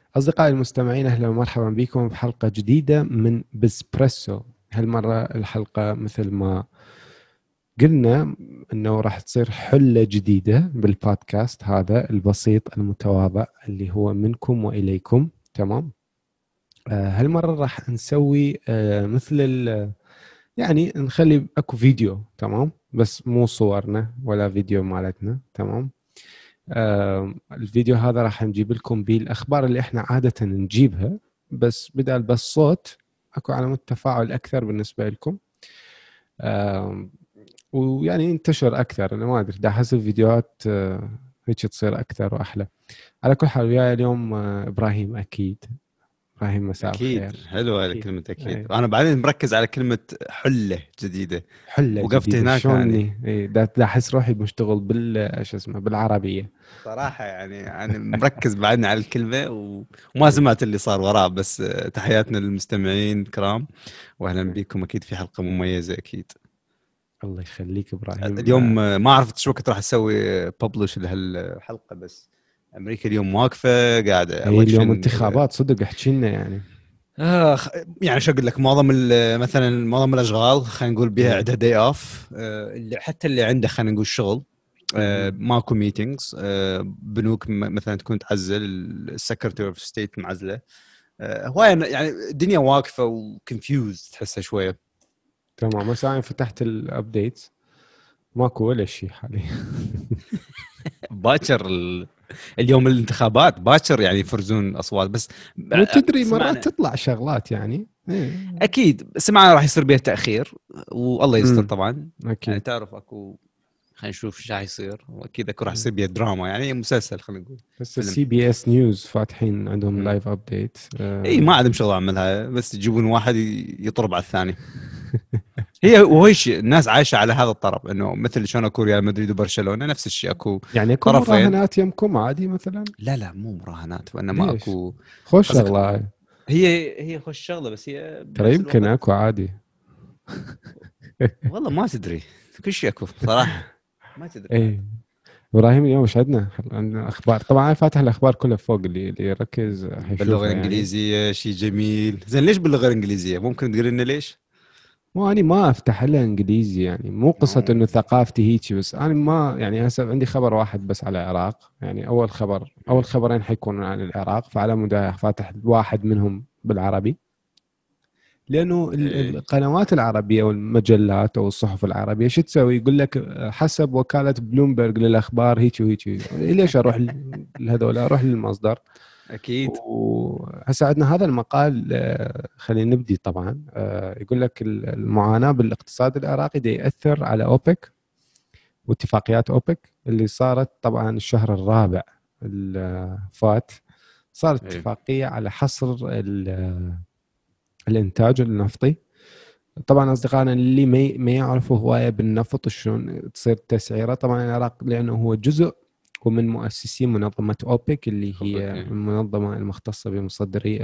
أصدقائي المستمعين، أهلا ومرحبا بكم بحلقة جديدة من بسبريسو. هالمرة الحلقة مثل ما قلنا أنه راح تصير حلة جديدة بالبودكاست هذا البسيط المتواضع اللي هو منكم وإليكم. تمام. هالمرة راح نسوي يعني نخلي أكو فيديو. تمام، بس مو صورنا ولا فيديو مالتنا. تمام. الفيديو هذا راح نجيب لكم به الأخبار اللي احنا عادة نجيبها، بس بدل بس صوت اكو علامة تفاعل أكثر بالنسبة لكم. ويعني ينتشر أكثر. أنا ما أدري، دا أحس الفيديوهات هيك تصير أكثر وأحلى. على كل حال وياي اليوم إبراهيم. أكيد إبراهيم، مساء أكيد الخير. حلوة أكيد. كلمة أكيد. أي. أنا بعدين مركز على كلمة حلة جديدة. حلة وقفت جديدة هناك أنا شلوني؟ دا أحس روحي مشتغل شو اسمه بالعربية. صراحة، يعني أنا مركز بعدني على الكلمة وما أي. سمعت اللي صار وراه. بس تحياتنا للمستمعين الكرام، وأهلا أي. بكم. أكيد في حلقة مميزة أكيد الله يخليك إبراهيم. اليوم. ما عرفت شو وقت راح أسوي ببلش لهالحلقة، بس أمريكا اليوم واقفة قاعدة هي اليوم election. انتخابات صدق، احكي لنا يعني. آخ، يعني شو اقول لك، مثلا معظم الاشغال خلينا نقول بها ايه. عندها داي اوف. اللي حتى اللي عنده خلينا نقول شغل، مهم. ماكو ميتينجز. بنوك مثلا تكون تعزل، السكرتير اوف ستيت معزله. هواي يعني الدنيا واقفه وكونفيوز تحسها شويه. تمام، بس انا فتحت الابديت ماكو ولا شيء حاليا. باكر اليوم الانتخابات باكر، يعني يفرزون اصوات بس. وتدري مرات سمعنا، تطلع شغلات يعني. ايه. اكيد سمعنا راح يصير بها تاخير، والله يستر امم. طبعا. يعني اكيد. تعرف اكو، خلينا نشوف ايش راح يصير. واكيد اكو راح يصير بيه دراما، يعني مسلسل خلينا نقول، بس فيلم. السي بي اس نيوز فاتحين عندهم مم. لايف ابديت. اي ما عندهم شغل اعملها، بس يجيبون واحد يطرب على الثاني. هي وهيش الناس عايشه على هذا الطرب، انه مثل شلون اكو ريال مدريد وبرشلونه، نفس الشيء اكو يعني اكو طرفين. مراهنات يمكم عادي مثلا؟ لا لا، مو مراهنات، وانما ليش؟ اكو خوش قصدك. شغله هاي. هي خوش شغله، بس هي ترى بنفس يمكن الوقت. اكو عادي. والله ما تدري، كل شيء اكو صراحه، ما تدري عاد. ايه. ابراهيم اليوم ايش عندنا اخبار؟ طبعا انا فاتح الاخبار كلها فوق، اللي يركز باللغه حيشوفها يعني. الانجليزيه شيء جميل. زين، ليش باللغه الانجليزيه؟ ممكن تقول لنا ليش؟ مو أنا ما أفتح إلا إنجليزي، يعني مو قصة أوه. إنه ثقافتي هيك، بس أنا ما يعني هسه عندي خبر واحد بس على العراق. يعني أول إيه. خبرين حيكونوا عن العراق، فعلى مود فاتح واحد منهم بالعربي، لأنه إيه. القنوات العربية والمجلات أو الصحف العربية شو تسوي؟ يقول لك حسب وكالة بلومبرج للأخبار هيك وهيك. ليش أروح لهذول؟ أروح للمصدر. اكيد. وهسه عندنا هذا المقال. خلينا نبدي. طبعا يقول لك المعاناة بالاقتصاد العراقي دي يأثر على أوبك واتفاقيات أوبك اللي صارت طبعا الشهر الرابع الفات. صارت إيه. اتفاقية على حصر الإنتاج النفطي. طبعا أصدقائنا اللي ما يعرفوا هواية بالنفط شلون تصير تسعيرة. طبعا العراق لأنه هو جزء ومن مؤسسي منظمة أوبك، اللي حبك هي إيه. المنظمة المختصة بمصدري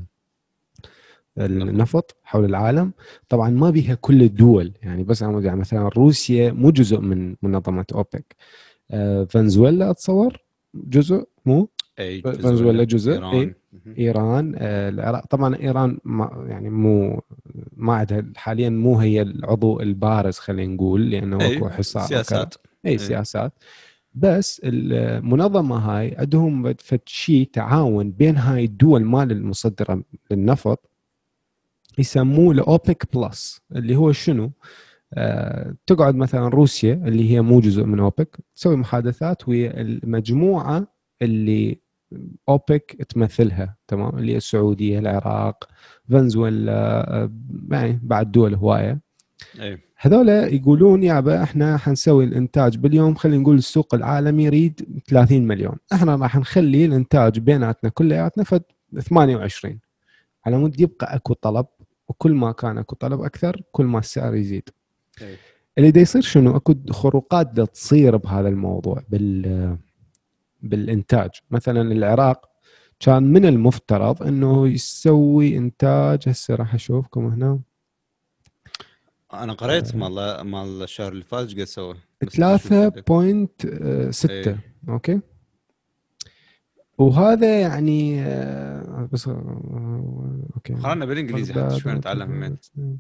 النفط. النفط حول العالم. طبعا ما بيها كل الدول، يعني بس يعني مثلا روسيا مو جزء من منظمة أوبك. فنزويلا أتصور جزء، مو اي فنزويلا فنزويلا، جزء. ايران. اي. ايران. العراق طبعا. ايران ما يعني مو ما عندها حاليا، مو هي العضو البارز خلينا نقول، لانه اي اكو حصار وكذا. سياسات. اي اي. سياسات. بس المنظمه هاي عندهم فد شيء تعاون بين هاي الدول مال المصدره للنفط، يسموه الاوبك بلس. اللي هو شنو؟ تقعد مثلا روسيا اللي هي مو جزء من اوبك تسوي محادثات ويا المجموعه اللي اوبك تمثلها. تمام، اللي هي السعوديه، العراق، فنزويلا، يعني بعد دول هوايه. اي. هذول يقولون يابا احنا حنسوي الانتاج باليوم، خلينا نقول السوق العالمي يريد 30 مليون، احنا راح نخلي الانتاج بيناتنا كلياتنا فد 28، على مود يبقى اكو طلب. وكل ما كان اكو طلب اكثر كل ما السعر يزيد. اي. اللي دا يصير شنو؟ اكو خروقات دا تصير بهذا الموضوع بالانتاج. مثلا العراق كان من المفترض انه يسوي انتاج، هسه راح اشوفكم هنا، انا قريت مال الشهر اللي فات ايش قد سوى، بس بدي اشوف عندك. 3.6. اي. اوكي. وهذا يعني بس اوكي. قرانا بالانجليزي حتى شوي نتعلم همين.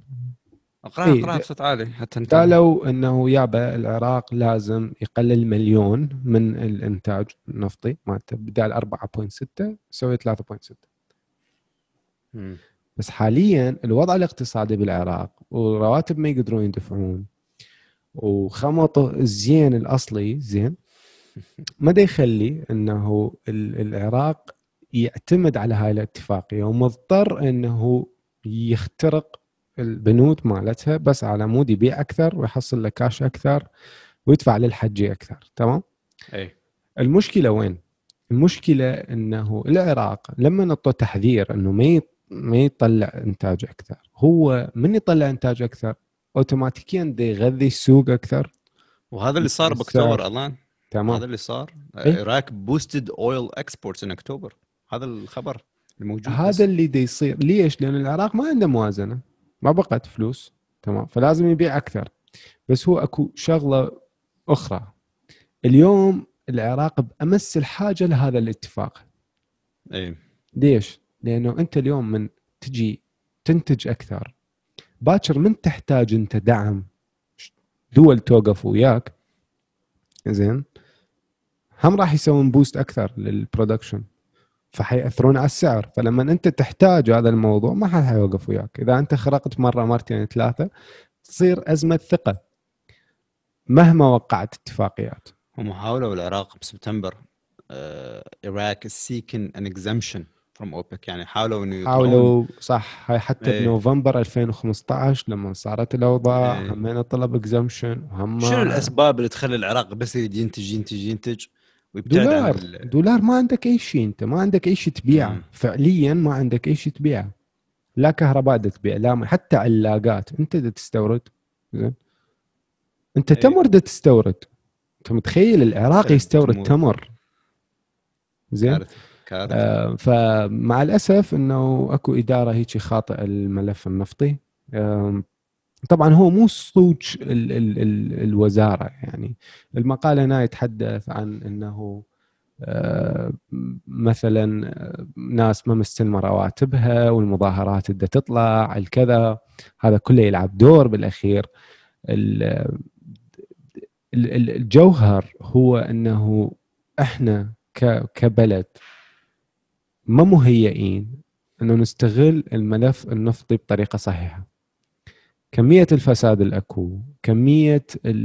اقراها اي بصوت عالي حتى نتعلم. قالوا انه يابا العراق لازم يقلل مليون من الانتاج النفطي مالته، بدال 4.6 يسوي 3.6. مم. بس حاليا الوضع الاقتصادي بالعراق والرواتب ما يقدرون يدفعون، وخمط الزين الاصلي زين ما دا يخلي انه العراق يعتمد على هاي الاتفاقيه، ومضطر انه يخترق البنود مالتها بس على مود يبيع اكثر ويحصل له كاش اكثر ويدفع للحجي اكثر. تمام. اي المشكله وين؟ المشكله انه العراق لما نطوا تحذير انه ما يطلع انتاج اكثر، هو من يطلع انتاج اكثر اوتوماتيكيا دا يغذي السوق اكثر. وهذا اللي صار السعر. باكتوبر الان. تمام. هذا اللي صار. اي العراق بوستد اويل اكسبورتس ان اكتوبر. هذا الخبر الموجود هذا بس. اللي دا يصير. ليش؟ لان العراق ما عنده موازنه، ما بقت فلوس. تمام. فلازم يبيع اكثر. بس هو اكو شغله اخرى، اليوم العراق بامس الحاجه لهذا الاتفاق. اي ليش؟ لانه انت اليوم من تجي تنتج اكثر، باكر من تحتاج انت دعم دول توقف وياك، زين، هم راح يسوون بوست اكثر للبرودكشن، فحيأثرون على السعر. فلما انت تحتاج هذا الموضوع ما حد حيوقف وياك. اذا انت خرقت مره مرتين ثلاثه تصير ازمه ثقه مهما وقعت اتفاقيات. هم حاولوا العراق بسبتمبر. العراق is seeking an exemption from OPEC. يعني حاولوا انه يطلعون. حاولوا صح. هاي حتى ايه. بنوفمبر 2015 لما صارت الاوضاع ايه. همين طلب اكزامشن وهم شنو الاسباب اللي تخلي العراق بس يريد ينتج ويبتعد عن دولار ما عندك اي شيء. انت ما عندك اي شيء تبيعه فعليا، ما عندك اي شيء تبيعه. لا كهرباء دا تبيع، لا حتى علاقات انت دا تستورد. زين، انت ايه. تمر دا تستورد. انت متخيل العراق يستورد تمر؟ زين. كارثة. فمع الاسف انه اكو اداره هيك خاطئه الملف النفطي. طبعا هو مو صوج الوزاره. يعني المقاله هنا يتحدث عن انه مثلا ناس ما مستلمه رواتبها والمظاهرات اللي تطلع الكذا، هذا كله يلعب دور بالاخير. الجوهر هو انه احنا كبلد ما مهيئين انه نستغل الملف النفطي بطريقه صحيحه. كميه الفساد الاكو، كميه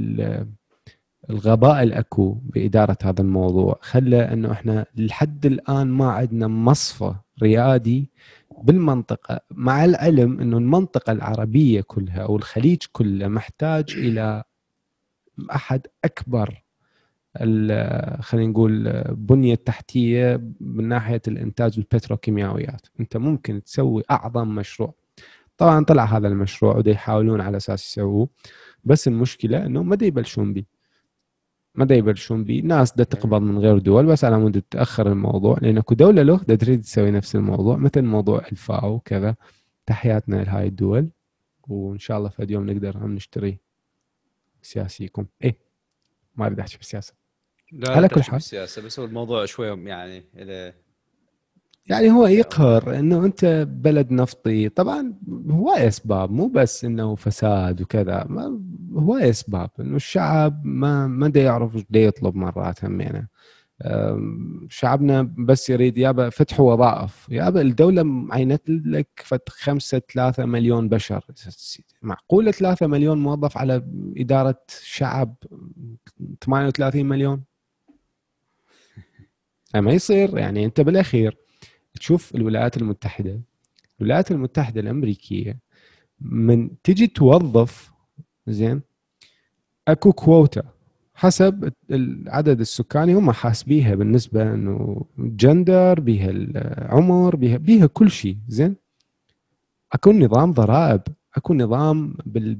الغباء الاكو باداره هذا الموضوع، خلى انه احنا لحد الان ما عندنا مصفى ريادي بالمنطقه، مع العلم انه المنطقه العربيه كلها او الخليج كله محتاج الى احد اكبر خلينا نقول بنيه تحتيه من ناحيه الانتاج البتروكيماويات. انت ممكن تسوي اعظم مشروع. طبعا طلع هذا المشروع ودا يحاولون على اساس يسووه، بس المشكله انه ما دا يبلشون به. ما دا يبلشون به، ناس دا تقبض من غير دول بس على مود تاخر الموضوع، لان اكو دوله له دا تريد تسوي نفس الموضوع مثل موضوع الفاو كذا. تحياتنا لهاي الدول، وان شاء الله في يوم نقدر هم نشتري سياسيكم. ايه ما اريد احكي بالسياسه. لا على كل تحكي حال بالسياسة، بس هو الموضوع شوي يعني هو يقهر انه انت بلد نفطي. طبعا هواي اسباب، مو بس انه فساد وكذا، هواي اسباب انه الشعب ما دا يعرف ايش دا يطلب مرات همينه. شعبنا بس يريد يابا فتح وظائف. يابا الدولة معينت لك 3 مليون بشر. معقولة 3 مليون موظف على إدارة شعب 38 مليون؟ ما يصير. يعني أنت بالأخير تشوف الولايات المتحدة الأمريكية من تجي توظف، زين، أكو كووتا حسب العدد السكاني. هم حاسبيها بالنسبة انه جندر، بيها العمر، بيها كل شيء. زين، اكو نظام ضرائب، اكو نظام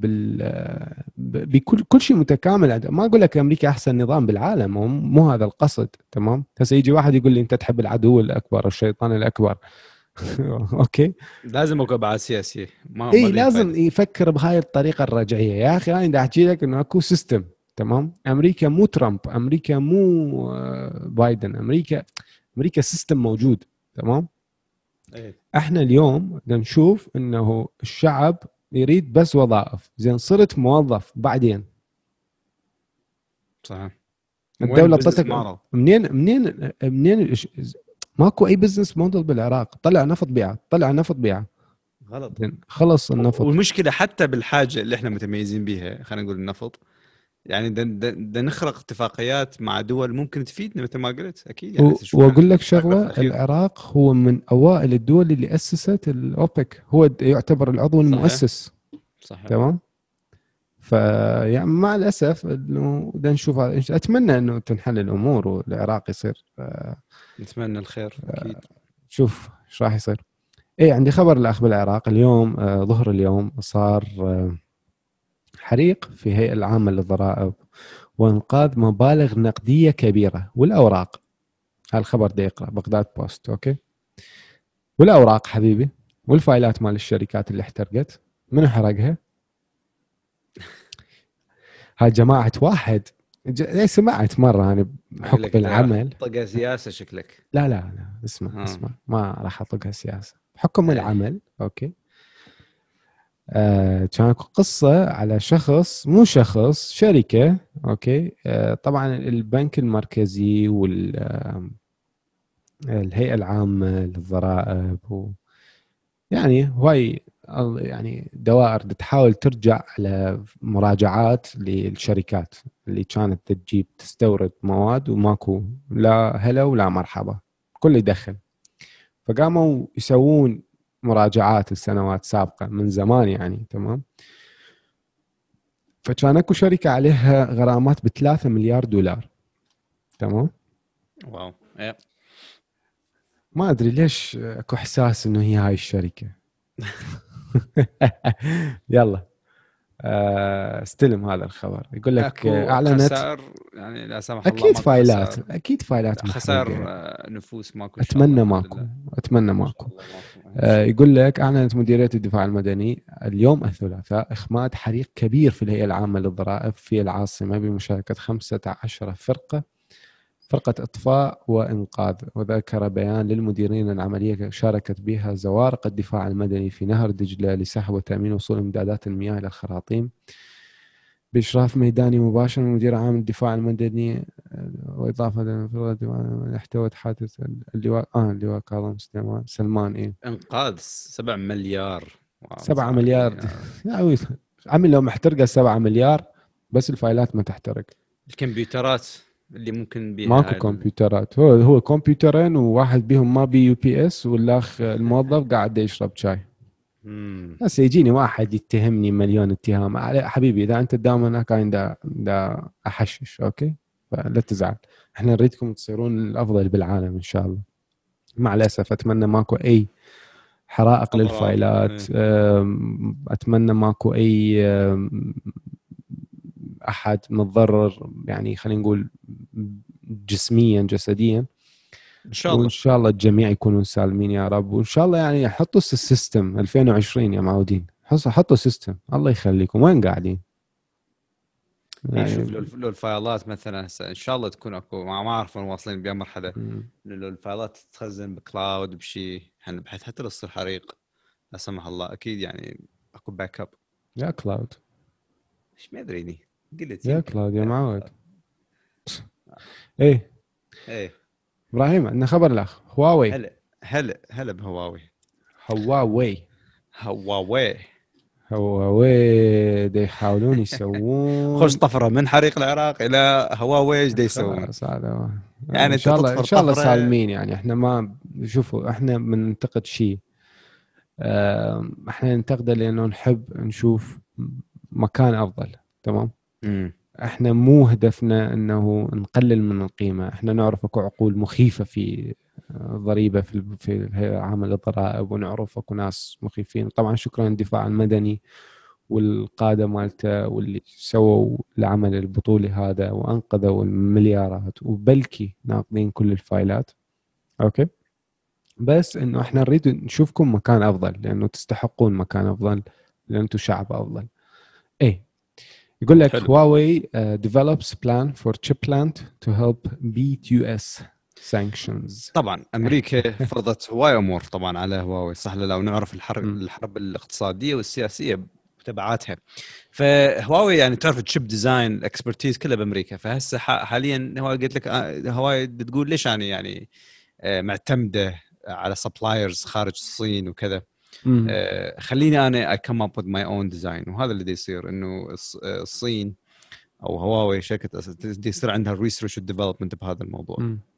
بكل شيء متكامل. ما اقول لك امريكا احسن نظام بالعالم، مو هذا القصد. تمام. هسه يجي واحد يقول لي انت تحب العدو الاكبر، الشيطان الاكبر. اوكي، لازم اكو ابعاد سياسيه. ما اي لازم يفكر بهاي الطريقه الرجعيه. يا اخي انا بدي احكي لك انه اكو سيستم. تمام. امريكا مو ترامب، امريكا مو بايدن، امريكا امريكا سيستم موجود، تمام. إيه. احنا اليوم بدنا نشوف انه الشعب يريد بس وظائف، زين صرت موظف بعدين صح. وين الدولة البزنس اعطتك موديل؟ منين ماكو اي بزنس موديل بالعراق. طلع نفط بيعه، طلع نفط بيعه، غلط. زين خلص النفط. والمشكله حتى بالحاجه اللي احنا متميزين بيها، خلينا نقول النفط، يعني بدنا نخلق اتفاقيات مع دول ممكن تفيدنا مثل ما قلت. اكيد يعني شوف واقول لك العقبه في شغله، الاخير. العراق هو من اوائل الدول اللي اسست الاوبك، هو يعتبر العضو صحيح. المؤسس، صحيح. تمام. فيعني مع الاسف انه بدنا نشوف اتمنى انه تنحل الامور والعراق يصير نتمنى الخير اكيد. شوف ايش راح يصير. ايه عندي خبر الاخ بالعراق اليوم، ظهر اليوم صار حريق في هيئة العامة للضرائب وانقاذ مبالغ نقدية كبيرة والاوراق. هالخبر ده يقرأ بغداد بوست، اوكي. والاوراق حبيبي والفايلات مال الشركات اللي احترقت، من حرقها؟ هاي جماعة واحد. سمعت مرة أنا بحكم لك انت راح العمل. طقها سياسه شكلك. لا اسمع ها. اسمع، ما راح أطلقها سياسة، بحكم ايه. العمل، أوكي. كان قصة على شخص، مو شخص، شركة، أوكي. طبعا البنك المركزي والهيئة العامة للضرائب يعني هواي يعني دوائر تحاول ترجع على مراجعات للشركات اللي كانت تجيب تستورد مواد وماكو لا هلا ولا مرحبا، كل يدخل. فقاموا يسوون مراجعات السنوات سابقة من زمان يعني، تمام. فكان اكو شركة عليها غرامات ب3 مليار دولار، تمام. واو. ايه. ما ادري ليش اكو احساس انه هي هاي الشركة. يلا استلم هذا الخبر. يقول لك اكو اعلنت. خسائر يعني لا سمح الله، اكيد ماكو فايلات، خسائر. اكيد فايلات خسائر محروقه. نفوس ماكو ان شاء الله، اتمنى الحمد ماكو، لله. اتمنى ان شاء ماكو. الله ماكو، اهم شيء. يقول لك اعلنت مديريه الدفاع المدني اليوم الثلاثاء اخماد حريق كبير في الهيئه العامه للضرائب في العاصمه بمشاركه 15 فرقه اطفاء وانقاذ. وذكر بيان للمديرين العمليه شاركت بها زوارق الدفاع المدني في نهر دجله لسحب وتامين وصول امدادات المياه الى الخراطيم بإشراف ميداني مباشر من مدير عام الدفاع المدني. وإضافة إلى احتوت حادث اللواء كاظم سلمان إيه. انقاذ 7 مليار. واو 7 صراحه مليار يعني. يعني عمي لو محترقة 7 مليار بس الفايلات ما تحترق. الكمبيوترات اللي ممكن بيها ماكو هاي كمبيوترات، هو كمبيوترين وواحد بيهم ما بي UPS والاخ الموظف قاعد يشرب شاي. مم. هسه يجيني واحد يتهمني مليون اتهام حبيبي، اذا انت دائما هناك انا دا احشش، اوكي. فلا تزعل، احنا نريدكم تصيرون الافضل بالعالم ان شاء الله. مع الاسف اتمنى ماكو اي حرائق اضرار. للفايلات. إيه. اتمنى ماكو اي احد متضرر يعني، خلينا نقول جسميا جسديا. ان شاء وان الله. شاء الله الجميع يكونون سالمين يا رب. وان شاء الله يعني حطوا السيستم 2020 يا معودين، حطوا سيستم، الله يخليكم وين قاعدين هي شوف، يعني. لو الفايلات مثلا هسه ان شاء الله تكون اكو، ما اعرف وين واصلين بها مرحله، إنه لو الفايلات تتخزن بكلاود بشيء، يعني بحيث حتى لو يصير حريق لا سمح الله اكيد يعني اكو باك اب. يا كلاود، ايش ما ادريني، قلت يا يمكن كلاود يا يا معود. كلاود. ايه ايه. ابراهيم عندنا خبر الاخ هواوي. هلا بهواوي. هواوي هواوي. هواوي دي يحاولون خش يسوون. طفره من حريق العراق الى هواوي، ايش دا يسوون؟ خلاص هذا يعني ان انت شاء الله، ان تطفر شاء الله طفره. سالمين يعني. احنا ما شوفوا احنا بننتقد شيء، احنا ننتقده لانه نحب نشوف مكان افضل، تمام. امم. احنا مو هدفنا انه نقلل من القيمه، احنا نعرف اكو عقول مخيفه في ضريبه في عمل الضرائب، ونعرف اكو ناس مخيفين. طبعا شكرا للدفاع المدني والقاده مالته واللي سووا العمل البطولي هذا وانقذوا المليارات، وبلكي ناقضين كل الفايلات، اوكي. بس انه احنا نريد نشوفكم مكان افضل لانه تستحقون مكان افضل، لان انتم شعب افضل. ايه يقول لك حلو. هواوي develops plan for chip plant to help beat US. sanctions. طبعا امريكا فرضت هواي امور طبعا على هواوي، صح؟ لو نعرف الحرب الاقتصاديه والسياسيه بتبعاتها. فهواوي يعني تعرف الشيب ديزاين الاكسبرتيز كلها بامريكا. فهسه حاليا هواوي قلت لك هواوي تقول ليش يعني معتمده على سبلايرز خارج الصين وكذا. خليني انا I come up with my own design. وهذا اللي يصير انه الصين او هواوي شركه يصير عندها ريسيرش وديفلوبمنت بهذا الموضوع.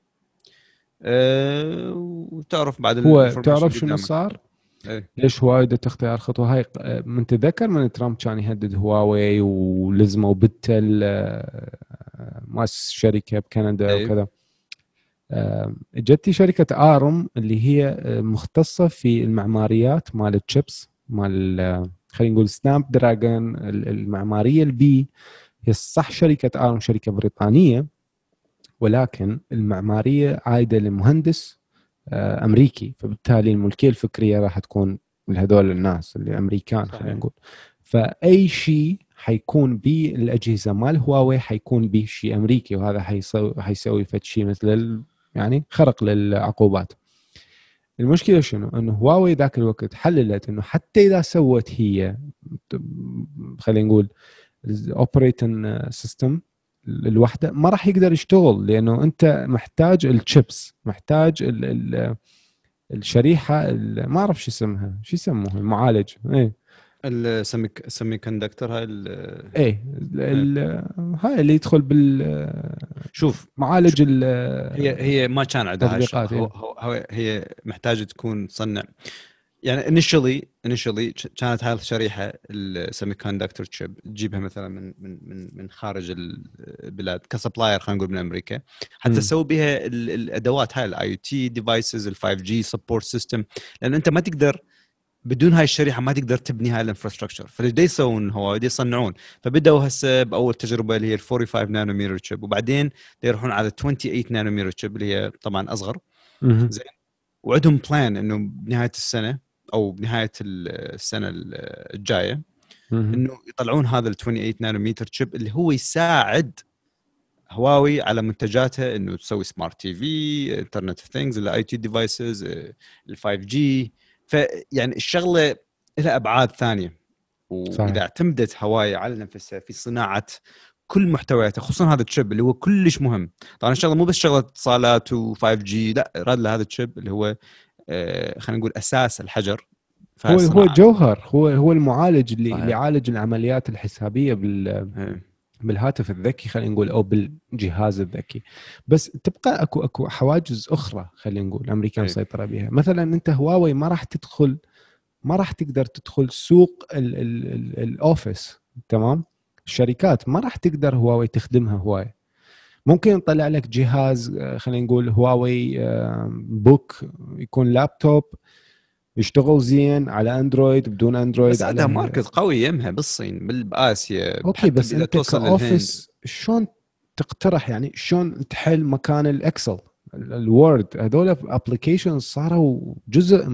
وتعرف بعد هو الانفورميشن تعرف شنو قدامك. صار؟ ايه ليش هواوي تختار الخطوه هاي؟ من تذكر من ترامب كان يهدد هواوي ولزموا بالتل مؤسس شركه بكندا ايه وكذا. جتي شركه ارم اللي هي مختصه في المعماريات مال الشيبس مال خلينا نقول سناب دراجون المعماريه البي. هي صح شركه ارم شركه بريطانيه، ولكن المعماريه عايده لمهندس امريكي، فبالتالي الملكيه الفكريه راح تكون لهذول الناس اللي امريكان. خلينا نقول فاي شيء حيكون بالاجهزه مال هواوي حيكون به شيء امريكي، وهذا حيسوي فد شيء مثل يعني خرق للعقوبات. المشكله شنو؟ انه هواوي ذاك الوقت حللت انه حتى اذا سوت هي خلينا نقول الاوبريتنج سيستم الوحده ما راح يقدر يشتغل، لانه انت محتاج الشيبس، محتاج الشريحه ما اعرف شو اسمها، شو يسموها، المعالج. ايه السيمي كوندكتور هاي ايه هاي اللي يدخل بال شوف معالج هي ما كان عندها التطبيقات. هي محتاجه تكون تصنع يعني initially كانت هاي الشريحه السيمي كوندكتور تشيب تجيبها مثلا من خارج البلاد كسبلاير، خلينا نقول من امريكا، حتى تسوي بها الادوات هاي الاي او تي ديفايسز ال5 جي سبورت سيستم. لان انت ما تقدر بدون هاي الشريحه ما تقدر تبني هاي الانفراستراكشر. فليش يسوون هو يصنعون؟ فبداوا هسه باول تجربه اللي هي ال 45 نانومتر تشيب، وبعدين يروحون على 28 نانومتر تشيب اللي هي طبعا اصغر. زين. وعندهم بلان انه بنهايه السنه او بنهايه السنه الجايه انه يطلعون هذا ال 28 نانومتر تشيب اللي هو يساعد هواوي على منتجاتها انه تسوي سمارت تي في، انترنت اوف ثينجز، الاي تي ديفايسز، ال 5 جي. فيعني الشغله لها ابعاد ثانيه. واذا اعتمدت هواوي على نفسها في صناعه كل محتوياتها، خصوصا هذا التشيب اللي هو كلش مهم. طبعا الشغله مو بس شغله اتصالات و5 جي، لا، راد لهذا التشيب اللي هو خلينا نقول اساس الحجر. هو جوهر، هو المعالج اللي صحيح. يعالج العمليات الحسابيه بالهاتف الذكي، خلينا نقول، او بالجهاز الذكي. بس تبقى اكو حواجز اخرى خلينا نقول الامريكان مسيطره بها. مثلا انت هواوي ما راح تقدر تدخل سوق الاوفيس، تمام؟ الشركات ما راح تقدر هواوي تخدمها هواي. ممكن نطلع لك جهاز خلينا نقول هواوي بوك، يكون لابتوب يشتغل زين على اندرويد بدون اندرويد. بس عندها ماركت قوي يمها بالصين باسيا. اوكي، بس انت كاوفيس شلون تقترح؟ يعني شلون تحل مكان الاكسل الوورد؟ هذول ابلكيشنز صاروا جزء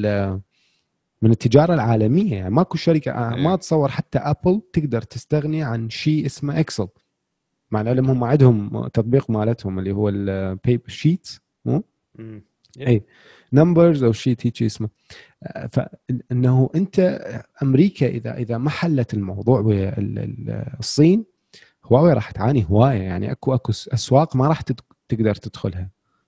من التجاره العالميه. يعني ماكو شركه ما اتصور حتى ابل تقدر تستغني عن شيء اسمه اكسل، مع العلم هم عندهم تطبيق مالتهم اللي هو البيبر شيتس، مو اي نمبرز او شيء هيك اسمه. فانه انت امريكا اذا ما حلت الموضوع ويا الصين، هواوي راح تعاني هوايه. يعني اكو اسواق ما راح تقدر تدخلها.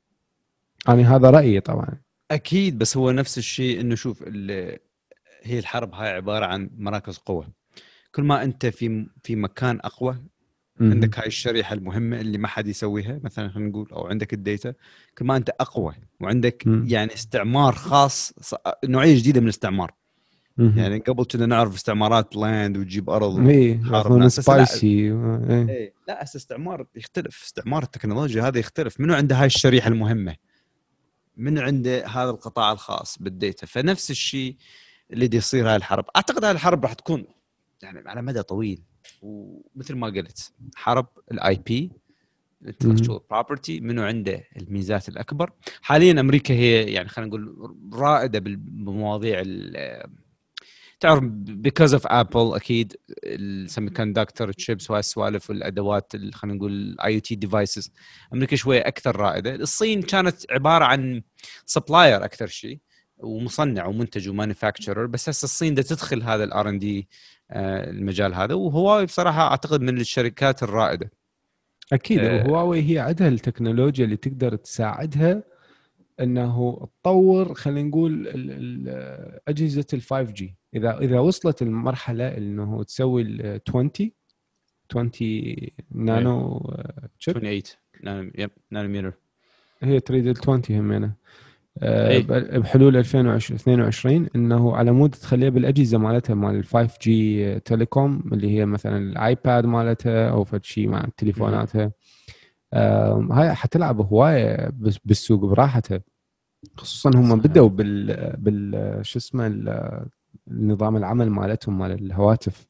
انا هذا رايي طبعا. اكيد. بس هو نفس الشيء انه شوف هي الحرب هاي عباره عن مراكز قوه. كل ما انت في مكان اقوى، عندك هاي الشريحه المهمه اللي ما حد يسويها مثلا، خلينا نقول، او عندك الداتا. كل ما انت اقوى وعندك يعني استعمار خاص، نوعيه جديده من الاستعمار. يعني قبل كنا نعرف استعمارات لاند وتجيب ارض وحارب ناس، سبايسي. لا استعمار يختلف. استعمار التكنولوجيا هذا يختلف. منو عنده هاي الشريحه المهمه؟ من عنده هذا القطاع الخاص بالديتا. فنفس الشيء اللي دي يصير هاي الحرب. اعتقد هاي الحرب راح تكون يعني على مدى طويل. ومثل ما قلت، حرب الاي بي intellectual property، منو عنده الميزات الاكبر. حاليا امريكا هي يعني خلينا نقول رائده بمواضيع تعرف because of Apple اكيد السيمي كوندكتور تشيبس وهالسوالف والادوات اللي خلينا نقول اي تي ديفايسز امريكا شويه اكثر رائده. الصين كانت عباره عن سبلاير اكثر شيء ومصنع ومنتج ومانيفاكتشرر، بس هسه الصين دا تدخل هذا الار ان دي المجال هذا، وهواوي بصراحه اعتقد من الشركات الرائده. اكيد وهواوي هي عندها التكنولوجيا اللي تقدر تساعدها انه تطور خلينا نقول اجهزه ال 5 جي. اذا وصلت المرحله انه تسوي ال 20 نانو تشيب 28 نانومتر، هي تريد ال 20 همينه بحلول 2022 انه على مود تخليها بالاجهزه مالتها مال 5 جي تيليكوم اللي هي مثلا الايباد مالتها او فد شيء مع تليفوناتها. هاي حتلعب هوايه بالسوق براحتها، خصوصا هم بدأوا بال شو اسمه النظام العمل مالتهم مال الهواتف،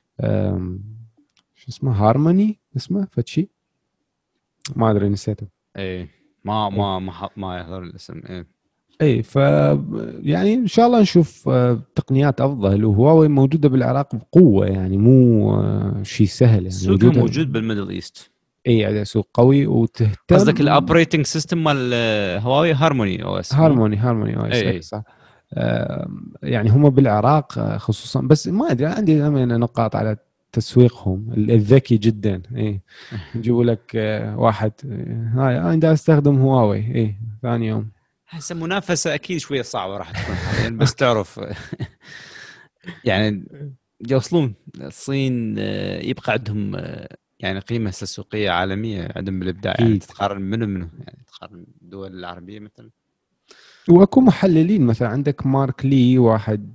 شو اسمه هارموني اسمه فد شيء ما ادري نسيته. ايه ما يظهر الاسم. اي يعني ان شاء الله نشوف تقنيات افضل. وهواوي موجوده بالعراق بقوه يعني مو شيء سهل يعني. سوقها موجود بالميدل ايست. اي على سوق قوي وتهتم. قصدك الاوبريتنج سيستم مال هواوي هارموني او اس؟ هارموني او اس صح. يعني هم بالعراق خصوصا، بس ما ادري عندي نقاط على تسويقهم الذكي جدا. اي يجيبوا لك واحد هاي انا دا استخدم هواوي ثاني يوم. هسه منافسه اكيد شويه صعبه راح تكون حاليا، بس تعرف يعني يوصلون الصين يبقى عندهم يعني قيمه تسويقيه عالميه عندهم بالابداع. يعني تقارن منه يعني تقارن الدول العربيه مثلا. واكو محللين مثلا عندك مارك لي واحد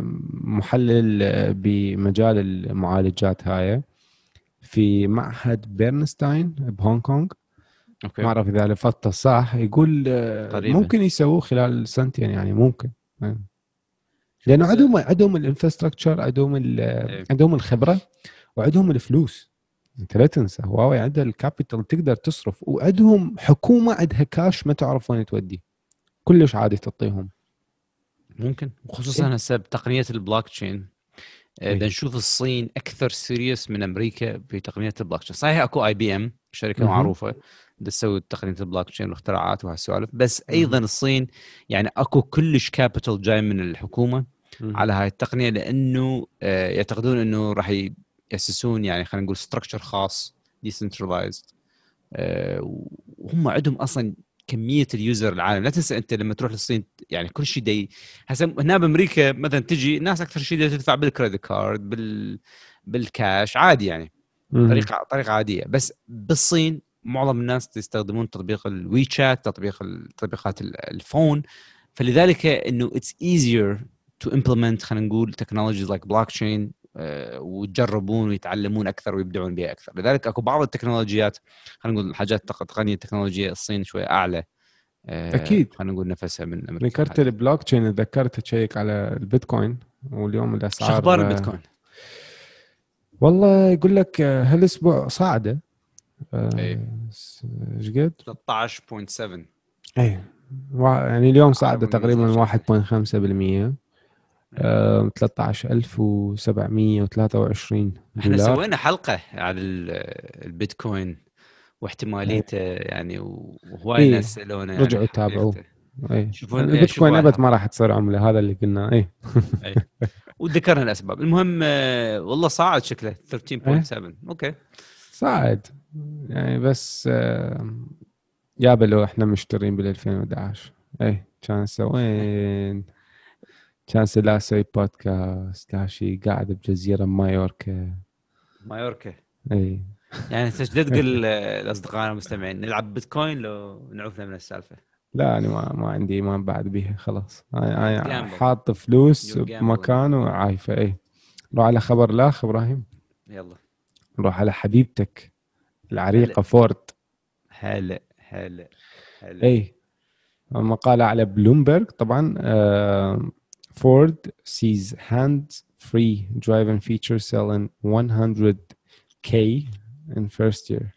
محلل بمجال المعالجات هاي في معهد بيرنستاين بهونغ كونغ. ما اعرف اذا لفظته صح. يقول قريبا. ممكن يسووه خلال سنتين يعني ممكن، لانه عندهم الانفراستراكشر، عندهم الخبره وعندهم الفلوس. انت لا تنسى هواوي عندها الكابيتال تقدر تصرف، وعندهم حكومه عندها كاش ما تعرف وين تودي، كلش عادي تعطيهم. ممكن خصوصا هسه بتقنيه البلوك تشين نشوف الصين اكثر سيريس من امريكا في تقنيه البلوك تشين. صحيح اكو اي بي ام شركه معروفه تسوي تقنيه البلوك تشين والاختراعات وهالسوالف، بس ايضا الصين يعني اكو كلش كابيتال جاي من الحكومه على هاي التقنيه، لانه يعتقدون انه راح ياسسون يعني خلينا نقول ستراكشر خاص ديسنترلايزد. وهم عندهم اصلا كميه اليوزر العالم. لا تنسى انت لما تروح للصين يعني كل شيء هسه هنا بامريكا مثلا تجي الناس اكثر شيء تدفع بالكريدت كارد بالكاش عادي يعني طريقه عاديه. بس بالصين معظم الناس يستخدمون تطبيق الوي شات، تطبيقات الفون، فلذلك انه it's easier to implement خلينا نقول technologies like blockchain ويجربون ويتعلمون اكثر ويبدعون بها اكثر. لذلك اكو بعض التكنولوجيات خلينا نقول حاجات تقنيه التكنولوجيا الصين شويه اعلى اكيد. خلينا نقول نفسها من امريكا. ذكرت البلوك تشين، ذكرت تشيك على البيتكوين واليوم الاسعار. شو اخبار البيتكوين؟ والله يقول لك هالاسبوع صاعده ايش قد 13.7 يعني اليوم صاعده تقريبا 1.5%. 13,723 دولار. احنا سوينا حلقه على البيتكوين واحتماليته يعني، وهواي ناس سالونا يعني رجعوا تابعوا. البيتكوين ابد ما راح تصير عمله، هذا اللي قلنا. وذكرنا الاسباب. المهم والله صاعد شكله 13.7 اوكي صاعد يعني، بس يابا لو احنا مشترين بال 2011 كان سوين كان لا اسوي بودكاست لا شيء، قاعد بجزيره مايوركا. يعني تقول الاصدقاء المستمعين نلعب بيتكوين لو نعوفنا من السالفه؟ لا انا ما عندي ايمان بعد بيها خلاص. انا حاط فلوس بمكان وعايفه. نروح على خبر الاخ ابراهيم. يلا نروح على حبيبتك العريقه فورد. هلا مقاله على بلومبرج طبعا. Ford sees hands-free driving feature selling 100K in first year.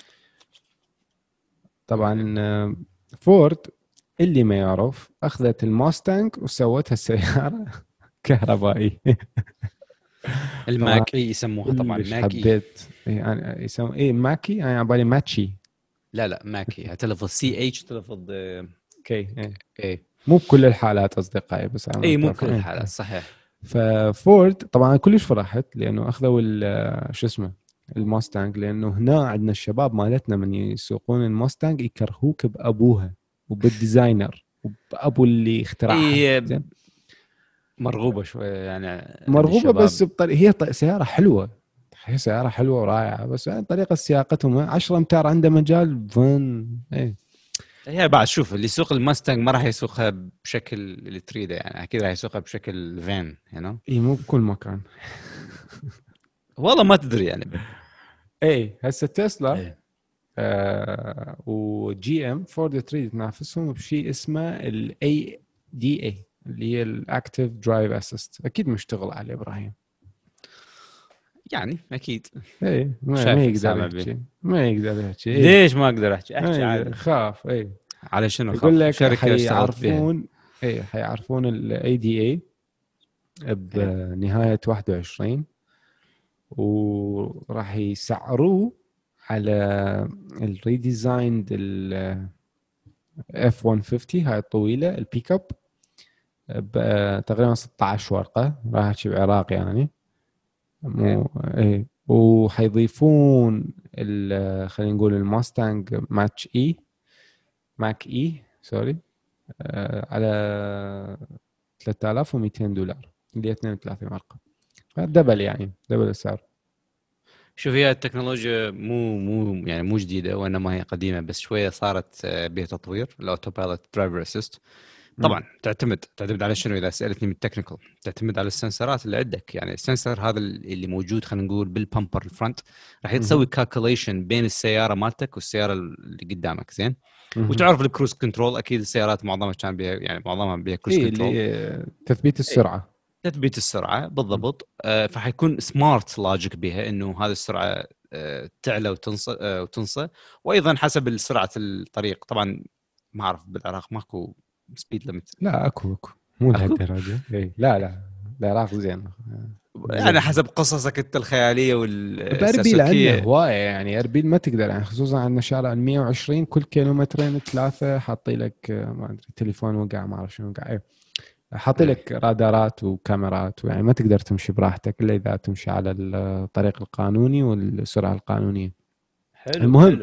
طبعا فورد اللي ما يعرف اخذت الماستنج وسوتها السياره كهربائي. الماك اي يسموها طبعا كلش ماك اي. حبيت يعني يسمون ماكي، انا على بالي ماتشي. لا ماكي هتلفظ سي اتش تلفظ اوكي. اي مو بكل الحالات اصدقائي، بس اي انا مو تعرف بكل الحالات صحيح. ففورد طبعا كلش فرحت لانه اخذوا شو اسمه الماستانج، لانه هنا عندنا الشباب مالتنا من يسوقون الماستانج يكرهوك بابوها وبالديزاينر وبابو اللي اخترعها. اي زين، مرغوبه شويه يعني عند مرغوبه الشباب. بس هي سياره حلوه، هي سياره حلوه ورائعه، بس يعني طريقه سياقتهم 10 امتار عنده مجال فن ايه. هي بعد شوف اللي يسوق الماستنج ما راح يسوقها بشكل اللي تريده، يعني اكيد راح يسوقها بشكل فان اي مو بكل مكان. والله ما تدري يعني. اي هسه تسلا ايه وجي ام فورد تريد تنافسهم بشيء اسمه الاي دي اي، اللي هي الاكتيف درايف اسيست. اكيد مشتغل عليه ابراهيم. يعني اكيد اي ما شايفك يقدر سامع به. يحكي، ما يقدر يحكي اي. ليش ما اقدر احكي ما يقدر، عادي. خاف اي. على شنو يقول خاف؟ لك شركه اشتغلت بها. حيعرفون، اي حيعرفون الاي دي اي ايه بنهاية 21، وراح يسعروه على الريديزايند اف 150 هاي الطويلة البيك اب، تقريبا 16 ورقة، راح احكي بعراقي يعني ايه مو ايه. وحيضيفون خلينا نقول الماستانج ماتش اي، ماك اي سوري، على $3200 اللي هي 32 ورقة، دبل يعني دبل السعر. شوف هي التكنولوجيا مو يعني مو جديده وانما هي قديمه، بس شويه صارت بها تطوير. الاوتو بايلوت درايفر اسيست طبعا تعتمد على شنو؟ اذا سالتني من التكنيكال تعتمد على السنسرات اللي عندك. يعني السنسر هذا اللي موجود خلينا نقول بالبامبر الفرونت راح تسوي كالكوليشن بين السياره مالتك والسياره اللي قدامك. زين، وتعرف الكروز كنترول اكيد السيارات معظمها كان بها، يعني معظمها بها كروز اي كنترول. اللي تثبيت اي السرعة. تثبيت السرعه مم. بالضبط. فحيكون سمارت لوجيك بها انه هذه السرعه تعلى وتنصى وتنصى. وايضا حسب سرعه الطريق طبعا. ما اعرف بالعراق ماكو سبيد ليميت. لا اكو مو اكو لهالدرجة اي، لا العراق زين يعني زين. حسب قصصك انت الخياليه بأربيل عندنا والساسوكيه. هواية، يعني أربيل ما تقدر يعني، خصوصا عندنا شارع 120 كل كيلومترين ثلاثة حاطي لك ما أدري تليفون وقع ما أعرف شنو وقع إيه. حاطي ايه لك رادارات وكاميرات، ويعني ما تقدر تمشي براحتك إلا إذا تمشي على الطريق القانوني والسرعة القانونية. حلو المهم حلو.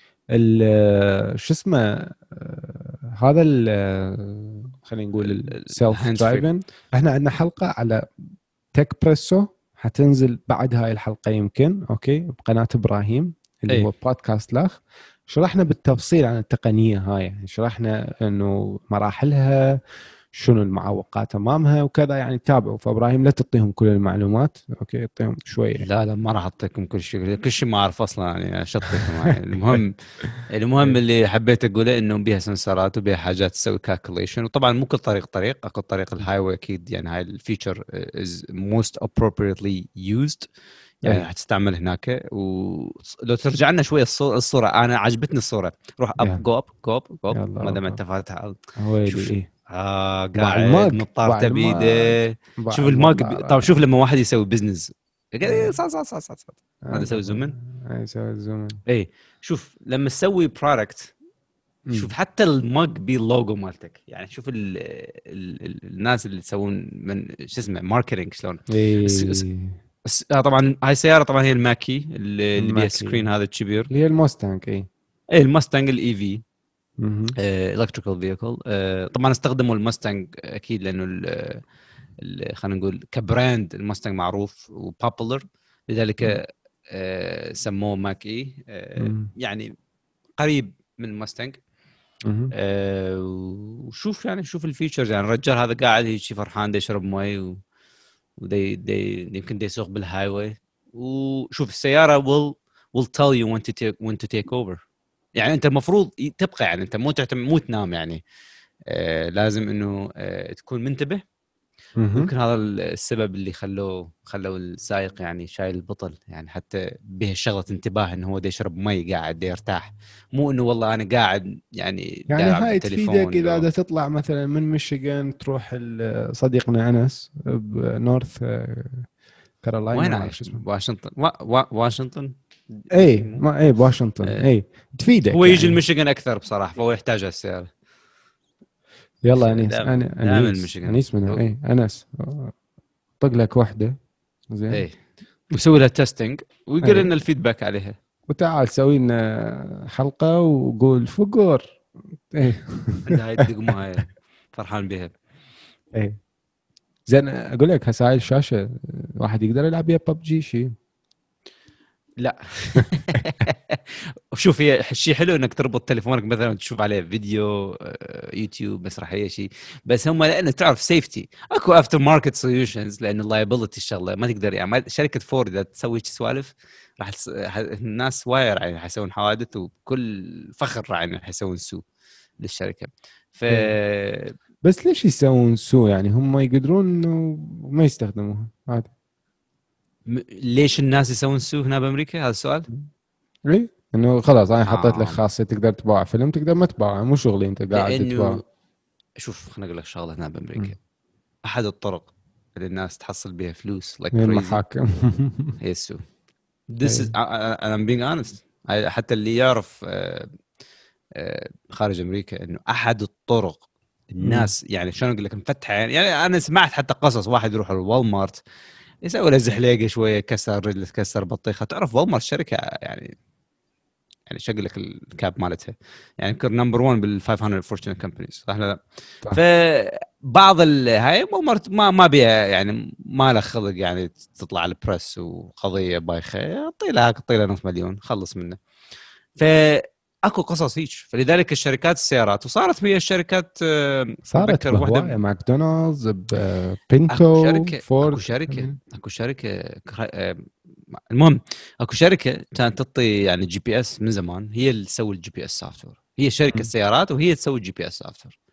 شو اسمه هذا خلينا نقول السيلف الهاندز فري. درايفن. احنا عندنا حلقة على تك بريسو حتنزل بعد هاي الحلقة يمكن، اوكي، بقناة ابراهيم اللي ايه هو بودكاست لاخ. شرحنا بالتفصيل عن التقنية هاي، يعني شرحنا انه مراحلها شنو المعوقات امامها وكذا، يعني تابعوا. فابراهيم لا تعطيهم كل المعلومات، اوكي، اعطيهم شوية. لا ما راح اعطيكم كل شيء ما اعرف اصلا يعني اشطيكم يعني. المهم إيه. اللي حبيت اقوله انه بيها سنسرات وبيها حاجات تسوي كالكوليشن. وطبعا مو كل طريق اكو طريق الهاي واي اكيد، يعني هاي الفيتشر از موست appropriately used، يعني اي حتستعمل هناك. ولو ترجع لنا شويه الصوره انا عجبتني الصوره. روح اب يلا جو اب جو اب جو اب يلا ما دام أوكي. انت فاتح. ويلي شوف ايه. باع قاعد الماج، باع مطارته الماج، بيده. باع شوف الماج طب شوف لا. لما واحد يسوي بزنس ايه صح. هذا يسوي زومن. اي سوي زوم. اي شوف لما تسوي برودكت، شوف حتى المج باللوجو مالتك. يعني شوف الناس اللي يسوون من شو اسمه ماركتينج شلون. ايه طبعا هاي السياره طبعا هي الماكي اللي بيها الماكي السكرين هذا الكبير. اللي هي الموستانج اي. اي الماستنج الاي في مهم. الكتريكال فيكل. طبعا استخدموا الماستنج اكيد لانه خلينا نقول كبراند الماستنج معروف وبوبولر، لذلك سموه ماك اي. مهم. يعني قريب من الماستنج. مهم. وشوف يعني شوف الفيتشرز. يعني الرجال هذا قاعد هيك فرحان دا يشرب مي يمكن دا يسوق بالهاي واي. وشوف السياره will tell you when to take over. يعني انت المفروض تبقى، يعني انت مو تنام يعني. لازم انه تكون منتبه ويمكن هذا السبب اللي خلوا السائق يعني شايل البطل، يعني حتى به شغله انتباه انه هو دا يشرب مي قاعد دا يرتاح، مو انه والله انا قاعد يعني دا العب هاي تفيدك بالتليفون اذا بدك تطلع مثلا من ميشيغان تروح صديقنا انس بنورث كارولاينا، وين ما اعرف شو عايش؟ اسمه. واشنطن واشنطن اي ما اي بواشنطن، اي هو تفيدك يجي يعني. الميشيغان اكثر بصراحه، فهو يحتاج السياره. يلا انيس، دائما انيس الميشيغان. انيس منها، اي انس طق لك واحده زين. ايه وسوي لها تيستينج ويقول اي لنا الفيدباك عليها. وتعال سوي لنا حلقه وقول فقور. اي عندها هاي الدقمه هاي فرحان بها. اي زين اقول لك هسه هاي الشاشه واحد يقدر يلعب بيها ببجي شيء. لا شوف هي شيء حلو انك تربط تليفونك مثلا تشوف عليه فيديو يوتيوب مسرحيه شيء، بس هم لان تعرف سيفتي اكو افتر ماركت سوليوشنز، لان اللايبيلتي الشغله ما تقدر يعني شركه فورد اذا تسوي سوالف راح الناس واير يعني حيسوون حوادث، وكل فخر يعني حيسوون سوء للشركه. ف بس ليش يسوون سوء؟ يعني هم يقدرون انه ما يستخدموها عادي. ليش الناس يسوون سوء هنا بامريكا؟ هذا السؤال. اي انه خلاص انا حطيت لك آه. خاصيه تقدر تباع فيلم، تقدر ما تباعه، مو شغلي انت قاعد تباع. لانه شوف خليني اقول لك شغله هنا بامريكا، احد الطرق اللي الناس تحصل بها فلوس like من crazy المحاكم. هي السوق. This is اي I'm being honest. حتى اللي يعرف خارج امريكا انه احد الطرق الناس يعني شلون اقول لك مفتحه، يعني انا سمعت حتى قصص واحد يروح الوالمارت يسوي له زحليقه شويه، كسر رجله، كسر بطيخه. تعرف والمارت شركه يعني شغل لك الكاب مالتها، يعني يمكن نمبر 1 بال 500 فورتشون كومبانيز، صح لا؟ صح. فبعض هاي ما بيها يعني ما له خلق يعني تطلع على البريس وقضيه بايخه، اعطي له نص مليون خلص منه. فاكو قصص هيك، فلذلك الشركات السيارات وصارت هي الشركات صارت اتذكر وحده بهوايه ماكدونالدز اكو ببنتو شركه فورد همين. المهم اكو شركه كانت تعطي يعني جي بي اس من زمان، هي اللي تسوي الجي بي اس سوفت وير، هي شركه سيارات وهي تسوي الجي بي اس سوفت وير.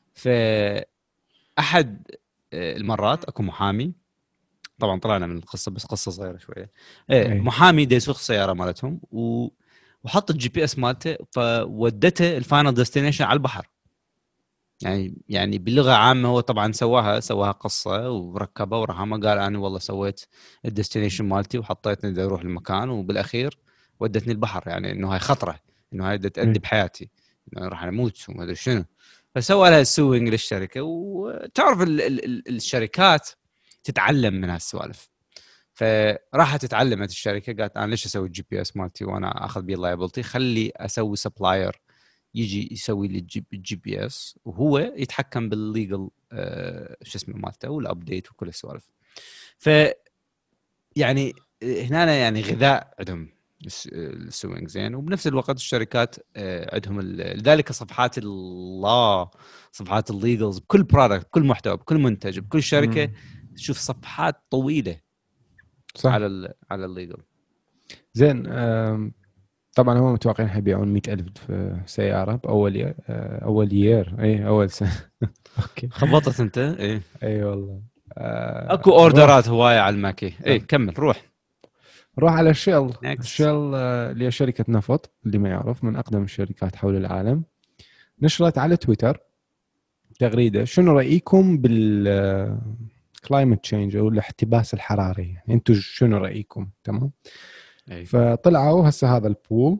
فاحد المرات اكو محامي، طبعا طلعنا من القصه بس قصه صغيره شويه، اي محامي دا يسوق السياره مالتهم وحط الجي بي اس مالته فودته الفاينل ديستنيشن على البحر. يعني باللغه عامه هو طبعا سواها قصه وركبها ورهمها، قال انا والله سويت الديستنيشن مالتي وحطيتني بدي اروح المكان، وبالاخير ودتني البحر، يعني انه هاي خطره، انه هاي تأدي بحياتي، انه راح اموت وما ادري شنو. فسوى لها سوينج للشركه، وتعرف الشركات تتعلم من هالسوالف. فراحت اتعلمت الشركه، قالت انا ليش اسوي الجي بي اس مالتي وانا اخذ بيه اللايبلتي، خلي اسوي سبلاير يجي يسوي لي الجي بي اس وهو يتحكم بالليجل شو اسمه مالته والابديت وكل السوالف. ف يعني هنا يعني غذاء عندهم السوينج زين، وبنفس الوقت الشركات عندهم لذلك صفحات صفحات الليجلز بكل برودكت، بكل محتوى، بكل منتج، بكل شركه تشوف صفحات طويله صح. على الليجل. زين طبعا هم متوقعين حيبيعون 100,000 سياره باول اول يير، اي اول سنه. اوكي خبطت انت ايه. اي والله. اكو اوردرات هوايه على الماكي. ايه كمل روح. روح على شيل. نيكست. شيل اللي هي شركه نفط، اللي ما يعرف من اقدم الشركات حول العالم، نشرت على تويتر تغريده: شنو رايكم بال كلايمت تشينج او الاحتباس الحراري؟ يعني انتم شنو رايكم؟ تمام. أي. فطلعوا هسه هذا البول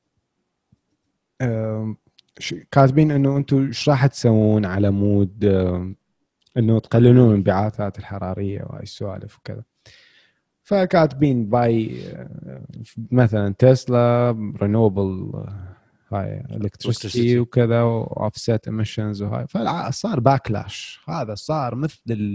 كاتبين انه انتم ايش راح تسوون على مود انه تقللون الانبعاثات الحراريه وهاي السوالف وكذا. فكاتبين باي مثلا تسلا رينوبل هاي الكتريستي وكذا، واوفست ايميشنز وهاي. فصار باكلاش، هذا صار مثل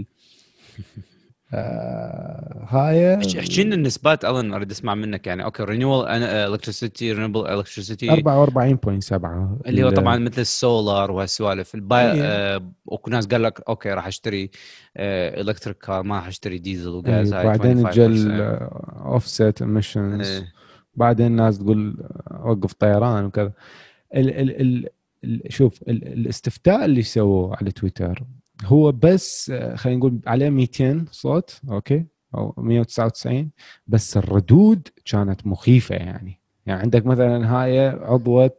هاي. احكي لنا النسبات الن اريد اسمع منك، يعني اوكي رينيوبل الكتريسيتي، رينيوبل الكتريسيتي 44.7 اللي هو طبعا مثل السولار وهالسوالف الباي. اي وكل ناس قال لك اوكي راح اشتري الكتريك كار، ما راح اشتري ديزل وغاز. اي هاي بعدين اجى 25%. اوفست ايميشنز، إيه. بعدين الناس تقول وقف طيران وكذا. ال ال ال شوف الاستفتاء اللي سووه على تويتر هو بس خلينا نقول عليه 200 صوت اوكي او 199 بس الردود كانت مخيفه يعني عندك مثلا هاي عضوه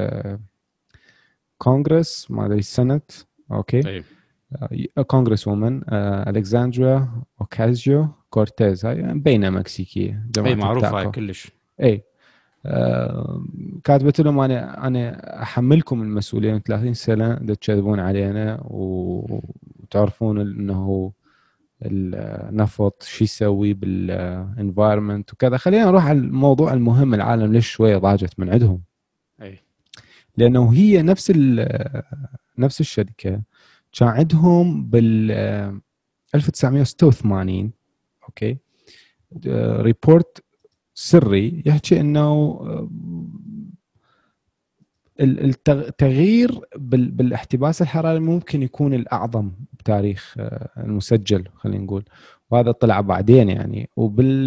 كونغرس ما ادري السنت اوكي اي كونغرس وومن الكساندرا اوكازيو كورتيز هاي مبينه مكسيكيه اي جماعه معروفه هاي التاكو كلش. اي كاتبت لهم انا احملكم المسؤوليه من 30 سنه تكذبون علينا وتعرفون انه النفط شو يسوي بالانفايرمنت وكذا. خلينا نروح على الموضوع المهم. العالم ليش شويه ضاجت من عندهم؟ اي لانه هي نفس الشركه كان عندهم بال 1986 اوكي ريبورت سري يحكي انه التغيير بالاحتباس الحراري ممكن يكون الأعظم بتاريخ المسجل خلينا نقول. وهذا طلع بعدين يعني. وبال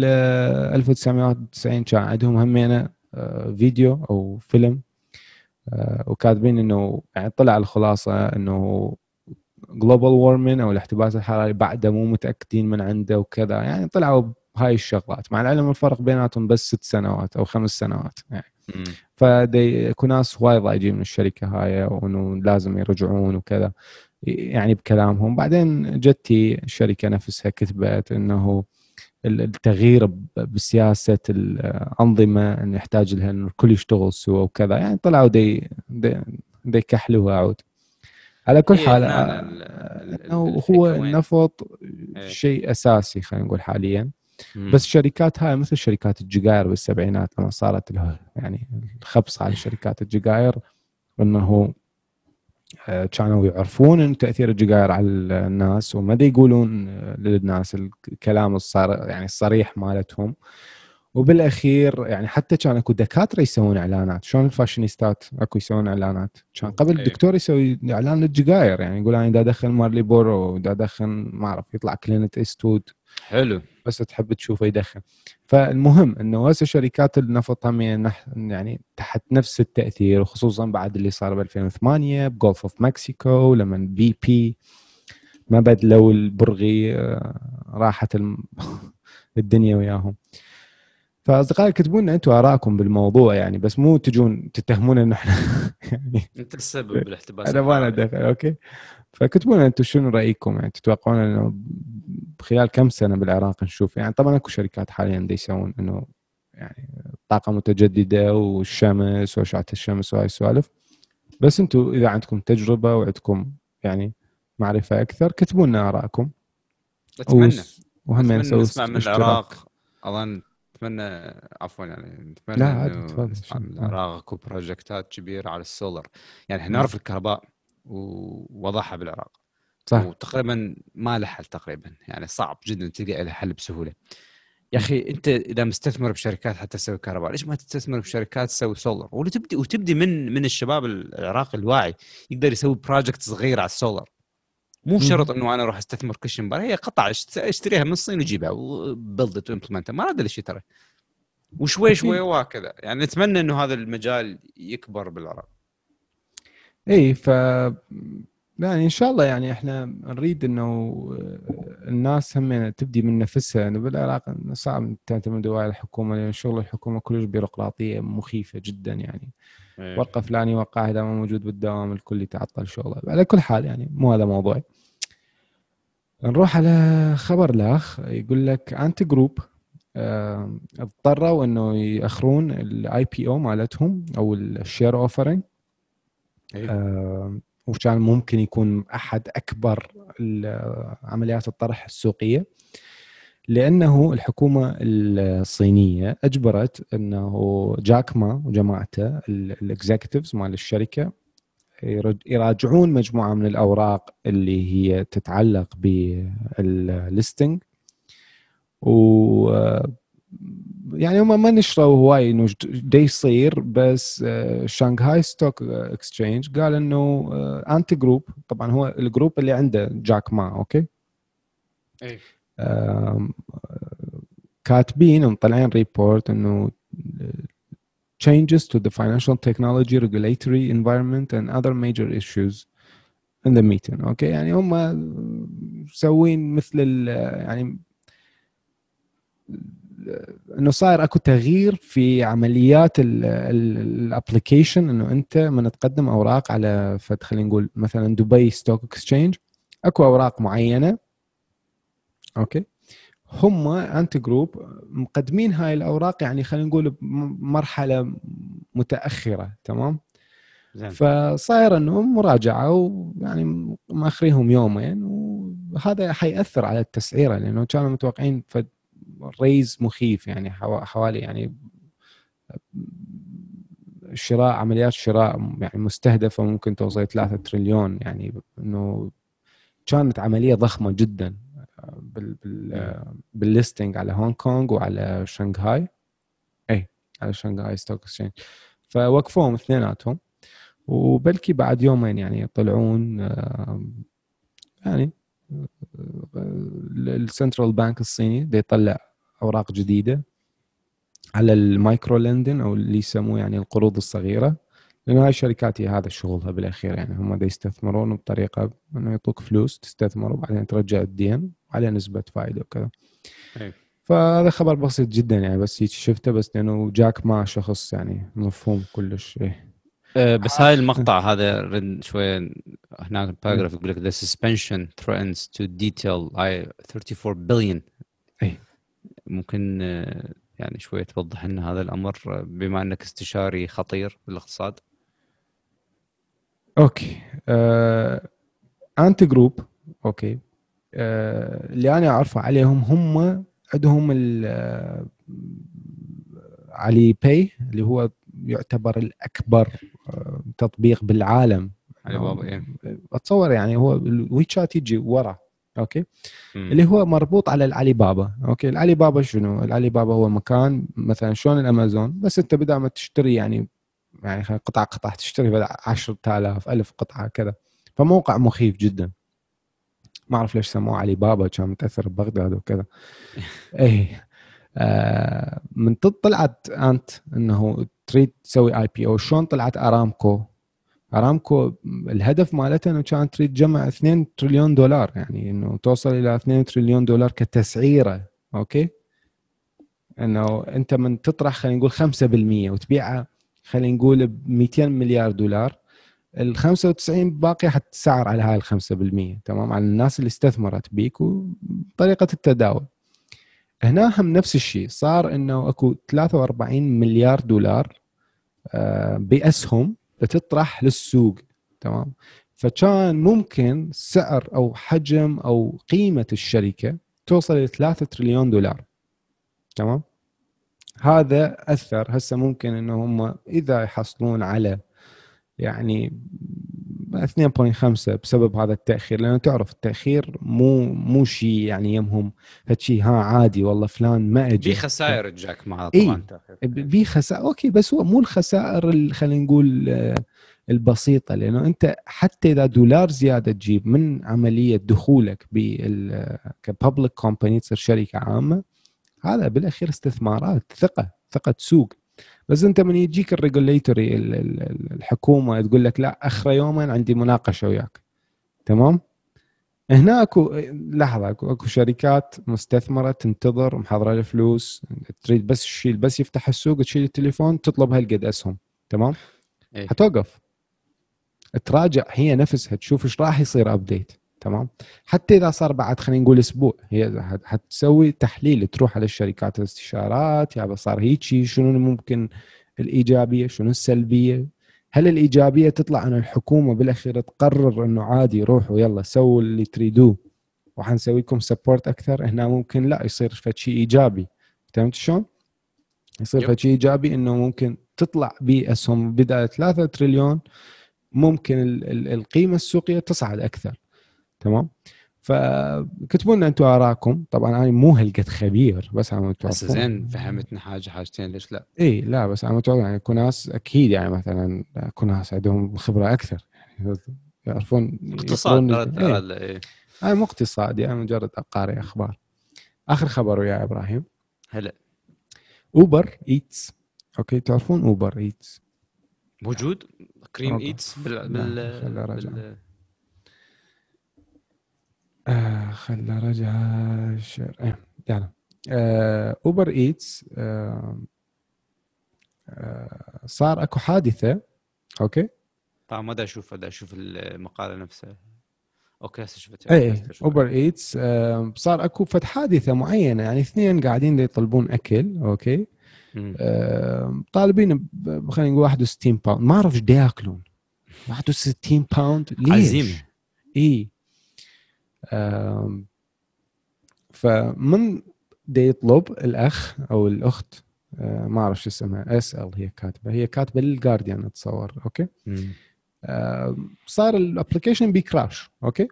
1991 كان عندهم همينة فيديو أو فيلم وكاتبين إنه يعني طلع الخلاصة إنه global warming أو الاحتباس الحراري بعده مو متأكدين من عنده وكذا. يعني طلعوا بهاي الشغلات مع العلم الفرق بيناتهم بس 6 سنوات أو 5 سنوات يعني. فدي اكو ناس وايد ضايجين من الشركه هاي وانه لازم يرجعون وكذا يعني بكلامهم. بعدين جتي الشركه نفسها كتبت انه التغيير بسياسه الانظمه ان يحتاج لها انه الكل يشتغل سوا وكذا. يعني طلعوا دي كحلوها عود. على كل هي حال هنا انه هو الفكره وين؟ النفط ايه. شيء اساسي خلينا نقول حاليا. بس الشركات هاي مثل شركات الجزائر بالسبعينات لما صارت يعني الخبص على شركات الجزائر انه كانوا يعرفون ان تاثير الجزائر على الناس وما دي يقولون للناس الكلام يعني الصريح مالتهم. وبالاخير يعني حتى كان اكو دكاتره يسوون اعلانات شلون الفاشينيستات اكو يسوون اعلانات. كان قبل ايه الدكتور يسوي اعلان للجزائر يعني يقول انا دا ادخل مارلي بورو دا ادخل ما اعرف يطلع كلينت استود حلو. بس تحب تشوفه يدخن. فالمهم انه هسه شركات النفط هم يعني تحت نفس التاثير وخصوصا بعد اللي صار ب 2008 بجولف اوف مكسيكو لما بي ما بدلوا البرغي راحت الدنيا وياهم. فاصدقائي كتبوا لنا انتم ارائكم بالموضوع يعني بس مو تجون تتهمون انه احنا يعني انت السبب بالاحتباس انا ما الحراري. ندخل اوكي. فكتبوا لنا انتم شنو رايكم يعني تتوقعون انه خلال كم سنه بالعراق نشوف يعني طبعا اكو شركات حاليا دي يسوون انه يعني طاقه متجدده والشمس واشعه الشمس وهاي السوالف. بس انتم اذا عندكم تجربه وعندكم يعني معرفه اكثر كتبوا لنا ارائكم. اتمنى وهم اتمنى نسوي نسمع من اشتراك. العراق. اظن اتمنى، عفوا يعني لا نتمنى عادي انه تفضل نسمع من العراق اكو بروجكتات كبيره على السولر. يعني احنا نعرف الكهرباء ووضعها بالعراق صح. وتقريبا ما له حل تقريبا. يعني صعب جدا تلقى له حل بسهوله. يا اخي انت اذا مستثمر بشركات حتى تسوي كهرباء ليش ما تستثمر بشركات تسوي سولر؟ وتبدي من الشباب العراقي الواعي يقدر يسوي بروجكت صغير على السولر. مو شرط انه انا اروح استثمر كل شيء. هي قطع اشتريها من الصين وجيبها وبلد امبلمنت ما هذا الشيء ترى. وشوي شوي اكيد. وهكذا. يعني نتمنى انه هذا المجال يكبر بالعراق. اي يعني ان شاء الله يعني احنا نريد انه الناس هم تبدي من نفسها انه بالعراق صعب تعتمد على الحكومه لان شغل الحكومه كلش بيروقراطيه مخيفه جدا يعني. ايه. ورقه فلان يوقع اذا ما موجود بالدوام الكل يتعطل شغله. على كل حال يعني مو هذا موضوعي. نروح على خبر الاخ يقول لك انت جروب اضطروا انه ياخرون الاي بي او مالتهم او الشير اوفرنج. ايه. وكان ممكن يكون احد اكبر عمليات الطرح السوقيه لانه الحكومه الصينيه اجبرت انه جاك ما وجماعته الاكزيكتيفز مال الشركه يراجعون مجموعه من الاوراق اللي هي تتعلق بالليستنج. و يعني هم ما نشروا هواي انه دا يصير بس شانغهاي ستوك اكسشينج قال انه انت جروب طبعا هو الجروب اللي عنده جاك ما اوكي. ايه. كاتبين ومطلعين ريبورت انه changes to the financial technology regulatory environment and other major issues in the meeting. اوكي يعني هم مسوين مثل يعني انه صاير اكو تغيير في عمليات الابلكيشن، انه انت من تقدم اوراق على خلينا نقول مثلا دبي ستوك اكسشينج، اكو اوراق معينه اوكي هم انت جروب مقدمين هاي الاوراق، يعني خلينا نقول بمرحله متاخره. تمام. زين. فصاير انه مراجعه ويعني ماخريهم يومين، وهذا حيأثر على التسعيره لانه كانوا متوقعين ريز مخيف، يعني حوالي يعني شراء عمليات شراء يعني مستهدفه ممكن توصل 3 تريليون، يعني انه كانت عمليه ضخمه جدا بالليستنج على هونغ كونغ وعلى شنغهاي. اي على شنغهاي ستوك اكسشينج. فوقفوهم اثنيناتهم، وبلكي بعد يومين يعني يطلعون يعني السنترال بانك الصيني دا يطلع اوراق جديده على المايكرو لندن او اللي يسموه يعني القروض الصغيره، لانه هاي الشركات هي هذا شغلها بالاخير، يعني هم دا يستثمرون بطريقه انه يعطوك فلوس تستثمر وبعدين ترجع الدين على نسبه فائده وكذا. أي. فهذا خبر بسيط جدا يعني، بس شفته بس لانه جاك ما شخص يعني مفهوم كلش. إيه. بس هاي المقطع هذا رد شويه هناك الباراجراف يقول لك the suspension threatens to detail 34 billion. اي ممكن يعني شويه توضح لنا هذا الامر بما انك استشاري خطير بالاقتصاد. اوكي انت جروب اوكي اللي انا اعرفه عليهم هم عندهم علي باي اللي هو يعتبر الاكبر تطبيق بالعالم. علي بابا ايه. اتصور يعني هو الوي شات يجي ورا. اوكي مم. اللي هو مربوط على العلي بابا. اوكي العلي بابا شنو؟ العلي بابا هو مكان مثلا شلون الامازون، بس انت بدل ما تشتري يعني قطعه تشتري بدل 10,000 1000 قطعه كذا. فموقع مخيف جدا، ما اعرف ليش سموه علي بابا، كان متاثر ببغداد وكذا. اي من طلعت انت انه تريد تسوي اي بي او، شلون طلعت ارامكو؟ ارامكو الهدف مالتها انه كانت تريد تجمع 2 تريليون دولار، يعني انه توصل الى 2 تريليون دولار كتسعيره. اوكي انه انت من تطرح خلينا نقول 5% وتبيعها خلينا نقول ب 200 مليار دولار، ال 95 باقي حتسعر على هاي ال 5%. تمام، على الناس اللي استثمرت بيك وطريقه التداول. هنا هم نفس الشيء صار، انه اكو 43 مليار دولار باسهم بتطرح للسوق. تمام، فكان ممكن سعر او حجم او قيمه الشركه توصل ل 3 تريليون دولار. تمام، هذا اثر هسه ممكن انه هم اذا يحصلون على يعني 2.5 بسبب هذا التأخير، لأنه تعرف التأخير مو شيء يعني يمهم هالشيء ها عادي والله فلان ما اجى. في خسائر جاك معها اي طبعا. في خسائر اوكي، بس هو مو الخسائر خلينا نقول البسيطة، لأنه أنت حتى إذا دولار زيادة تجيب من عملية دخولك كبابليك كومباني تصير شركة عامة، هذا بالأخير استثمارات، ثقة سوق. بس انت من يجيك الريجوليتوري الحكومه تقول لك لا اخر يوما عندي مناقشه وياك. تمام، هنا اكو لحظه اكو شركات مستثمره تنتظر محضره الفلوس، تريد بس تشيل بس يفتح السوق تشيل التليفون تطلب هالقد اسهم. تمام، إيه. حتوقف تراجع هي نفسها تشوف ايش راح يصير ابديت. تمام، حتى اذا صار بعد خلينا نقول اسبوع هي حتسوي تحليل، تروح على الشركات الاستشارات يا صار هيك شنو ممكن الايجابيه شنو السلبيه. هل الايجابيه تطلع ان الحكومه بالاخير تقرر انه عادي روحوا يلا سووا اللي تريدوه وحنسوي لكم سبورت اكثر، هنا ممكن لا يصير فشي ايجابي. فهمت شلون؟ يصير يب. فشي ايجابي انه ممكن تطلع باسهم بدايه 3 تريليون، ممكن القيمه السوقيه تصعد اكثر. تمام، فكتبوا لنا انتم اراءكم، طبعا انا مو هالقد خبير بس عم هسه تعرفون. زين فهمتنا حاجتين ليش لا. اي لا بس عم تعرفون يعني كناس اكيد يعني مثلا كناس عندهم خبره اكثر يعني يعرفون اقتصاد يقرون. اي إيه. انا مو اقتصادي، انا مجرد قارئ اخبار. اخر خبر يا ابراهيم، هلا اوبر ايتس. اوكي تعرفون اوبر ايتس؟ موجود كريم اوكي ايتس لا خلي ارجع. خلنا رجع يعني اوبر ايتس صار اكو حادثه. اوكي. طبعا ما دا اشوف المقاله نفسها. اوكي هسه شفتها، اوكي ايه هسه اشوفها. اوبر ايتس صار اكو فد حادثه معينه، يعني اثنين قاعدين يطلبون اكل. اوكي. امم طالبين خلينا نقول 61 باوند، ما اعرف ايش دا ياكلون. 61 باوند عزيمه. ليش؟ اي. فمن دا يطلب الاخ او الاخت، ما اعرف شو اسمها، اس ال هي كاتبه للجارديان اتصور. اوكي. امم صار الابلكيشن بيكراش. اوكي.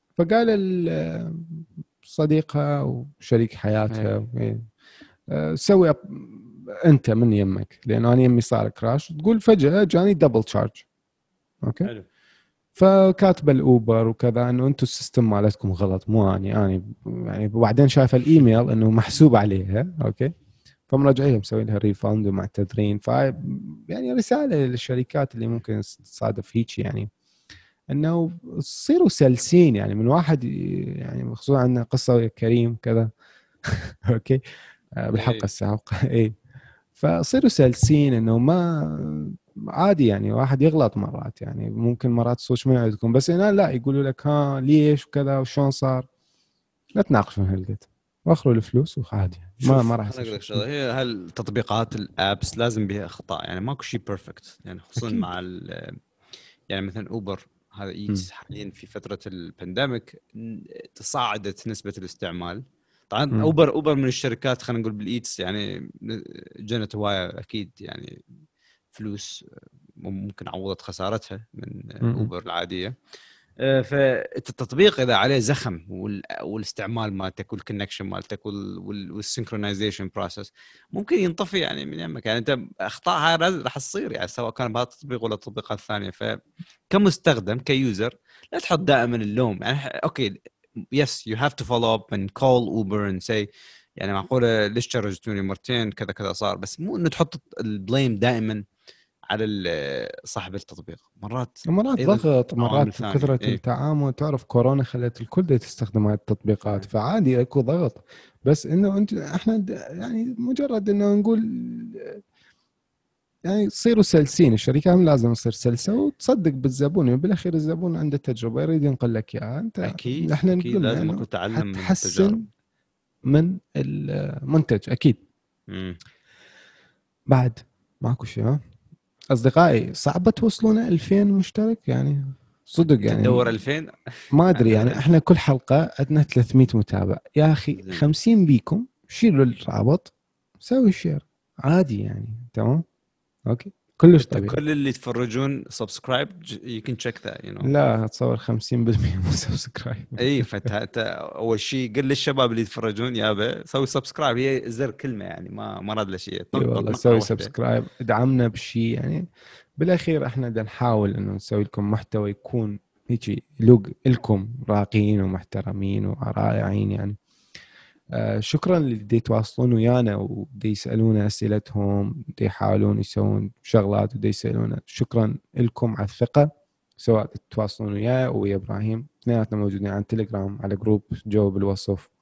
فقال صديقها وشريك حياتها إيه، سوي انت من يمك، لانه انا يمي صار كراش. تقول فجاه جاني دبل تشارج. اوكي. حلو. فكاتبه الاوبر وكذا انه انتم السيستم مالتكم غلط، مو اني يعني. وبعدين شايفه الايميل انه محسوب عليها. اوكي. فمراجعيها مسوي لها ريفاند ومعتذرين. يعني رساله للشركات اللي ممكن تصادف هيك، يعني انه تصيروا سلسين، يعني من واحد يعني خصوصا عندنا قصه ويا كريم كذا. اوكي. بالحلقه ايه السابقه. اي. فصيروا سلسين انه ما عادي، يعني واحد يغلط مرات، يعني ممكن مرات تصوش من عندكم، بس هنا لا يقولوا لك ها ليش وكذا وشلون صار. لا تناقشوا هالقد، واخروا الفلوس وعادي، ما شوف راح خليني يصير اقول لك شيء. شغله، هي هالتطبيقات الابس لازم بها اخطاء، يعني ماكو شيء بيرفكت، يعني خصوصا اكيد. مع يعني مثلا اوبر هذا مم. ايتس حاليا في فتره البانديميك تصاعدت نسبه الاستعمال. طبعا مم. اوبر من الشركات خلينا نقول بالايتس يعني جنت هوايه اكيد يعني فلوس ممكن عوضت خسارتها من مم. اوبر العاديه. فالتطبيق اذا عليه زخم والاستعمال مالتك والكونكشن مالتك والسنكرونايزيشن بروسس ممكن ينطفي يعني من يمك، يعني انت اخطاء هاي راح تصير يعني سواء كان بهذا التطبيق ولا التطبيقات الثانيه. فكمستخدم كيوزر لا تحط دائما اللوم، يعني اوكي يس يو هاف تو فولو اب اند كول اوبر اند سي يعني معقوله ليش شرجتوني مرتين كذا كذا صار، بس مو انه تحط البليم دائما على صاحب التطبيق. مرات مرات ايضا ضغط، عوامل مرات ثانيه. كثرة ايه التعامل. تعرف كورونا خلت الكل دا تستخدم هاي التطبيقات، صحيح. فعادي اكو ضغط. بس انه انت احنا يعني مجرد انه نقول يعني صيروا سلسين. الشركات هم لازم تصير سلسة وتصدق بالزبون، يعني بالاخير الزبون عنده تجربة يريد ينقل لك اياها انت. اكيد احنا اكيد قلنا لازم اكو انه تعلم من التجارب. حتحسن من المنتج اكيد. امم بعد ماكو شيء. ها اصدقائي صعبة توصلون 2000 مشترك يعني، صدق انت يعني. تدور 2000 ما ادري عندنا يعني، احنا 1000. كل حلقه عندنا 300 متابع يا اخي. زين 50 بيكم شيلوا الرابط، سوي شير عادي يعني. تمام. اوكي. كلش انت طبيعي. كل اللي يتفرجون سبسكرايب يو كان تشيك ذات يو نو. لا اتصور 50% مو سبسكرايب. اي فانت اول شيء قل للشباب اللي يتفرجون يابا سوي سبسكرايب، هي زر كلمه يعني ما راد له شيء، اي طق والله نقره سوي واحده. سبسكرايب، ادعمنا بشيء يعني. بالاخير احنا بدنا نحاول انه نسوي لكم محتوى يكون هيجي يلوق لكم راقيين ومحترمين ورائعين يعني. شكرا للي يتواصلون ويانا ودي يسألونا أسئلتهم، دي يحاولون يسوون شغلات ودي يسألونا. شكرا لكم على الثقة، سواء تتواصلون وياي ويا إبراهيم، اثنيناتنا موجودين على تليجرام على جروب جو بالوصف.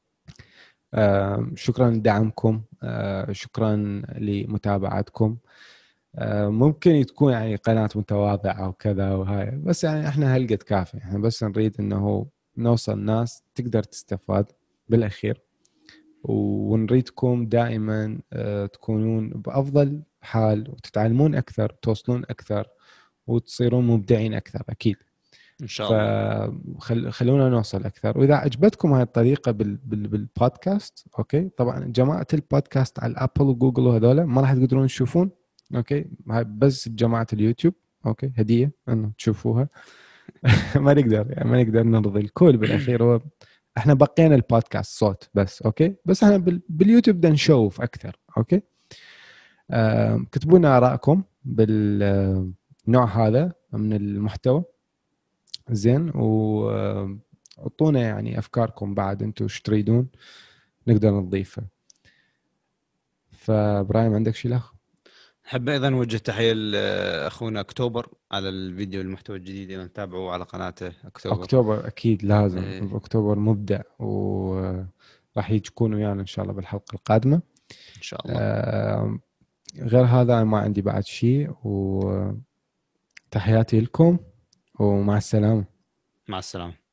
شكرا لدعمكم، شكرا لمتابعتكم. ممكن تكون يعني قناة متواضعة وكذا وهاي، بس يعني احنا هالقد كافي. احنا بس نريد انه نوصل ناس تقدر تستفاد بالاخير، ونريدكم دائما تكونون بأفضل حال وتتعلمون أكثر، توصلون أكثر وتصيرون مبدعين أكثر أكيد. ان شاء الله. فخلونا نوصل أكثر. وإذا عجبتكم هاي الطريقة بالبودكاست، أوكي. طبعا جماعة البودكاست على الأبل وجوجل وهذولا ما راح تقدرون تشوفون. أوكي. هاي بس جماعة اليوتيوب. أوكي. هدية أنه تشوفوها. ما نقدر يعني، ما نقدر نرضي الكل. بالاخير هو احنا بقينا البودكاست صوت بس. اوكي. بس احنا باليوتيوب بدنا نشوف اكثر. اوكي. كتبوا لنا ارائكم بالنوع هذا من المحتوى. زين. وعطونا يعني افكاركم بعد، انتم ايش تريدون نقدر نضيفه. فابراهيم عندك شيء لاخر؟ حب ايضا نوجه تحيه لاخونا اكتوبر على الفيديو المحتوى الجديد اللي نتابعه على قناته اكتوبر. اكتوبر اكيد لازم، إيه، اكتوبر مبدع وراح يكون ويانا ان شاء الله بالحلقه القادمه. ان شاء الله. آه، غير هذا أنا ما عندي بعد شيء، وتحياتي لكم ومع السلامه. مع السلامه.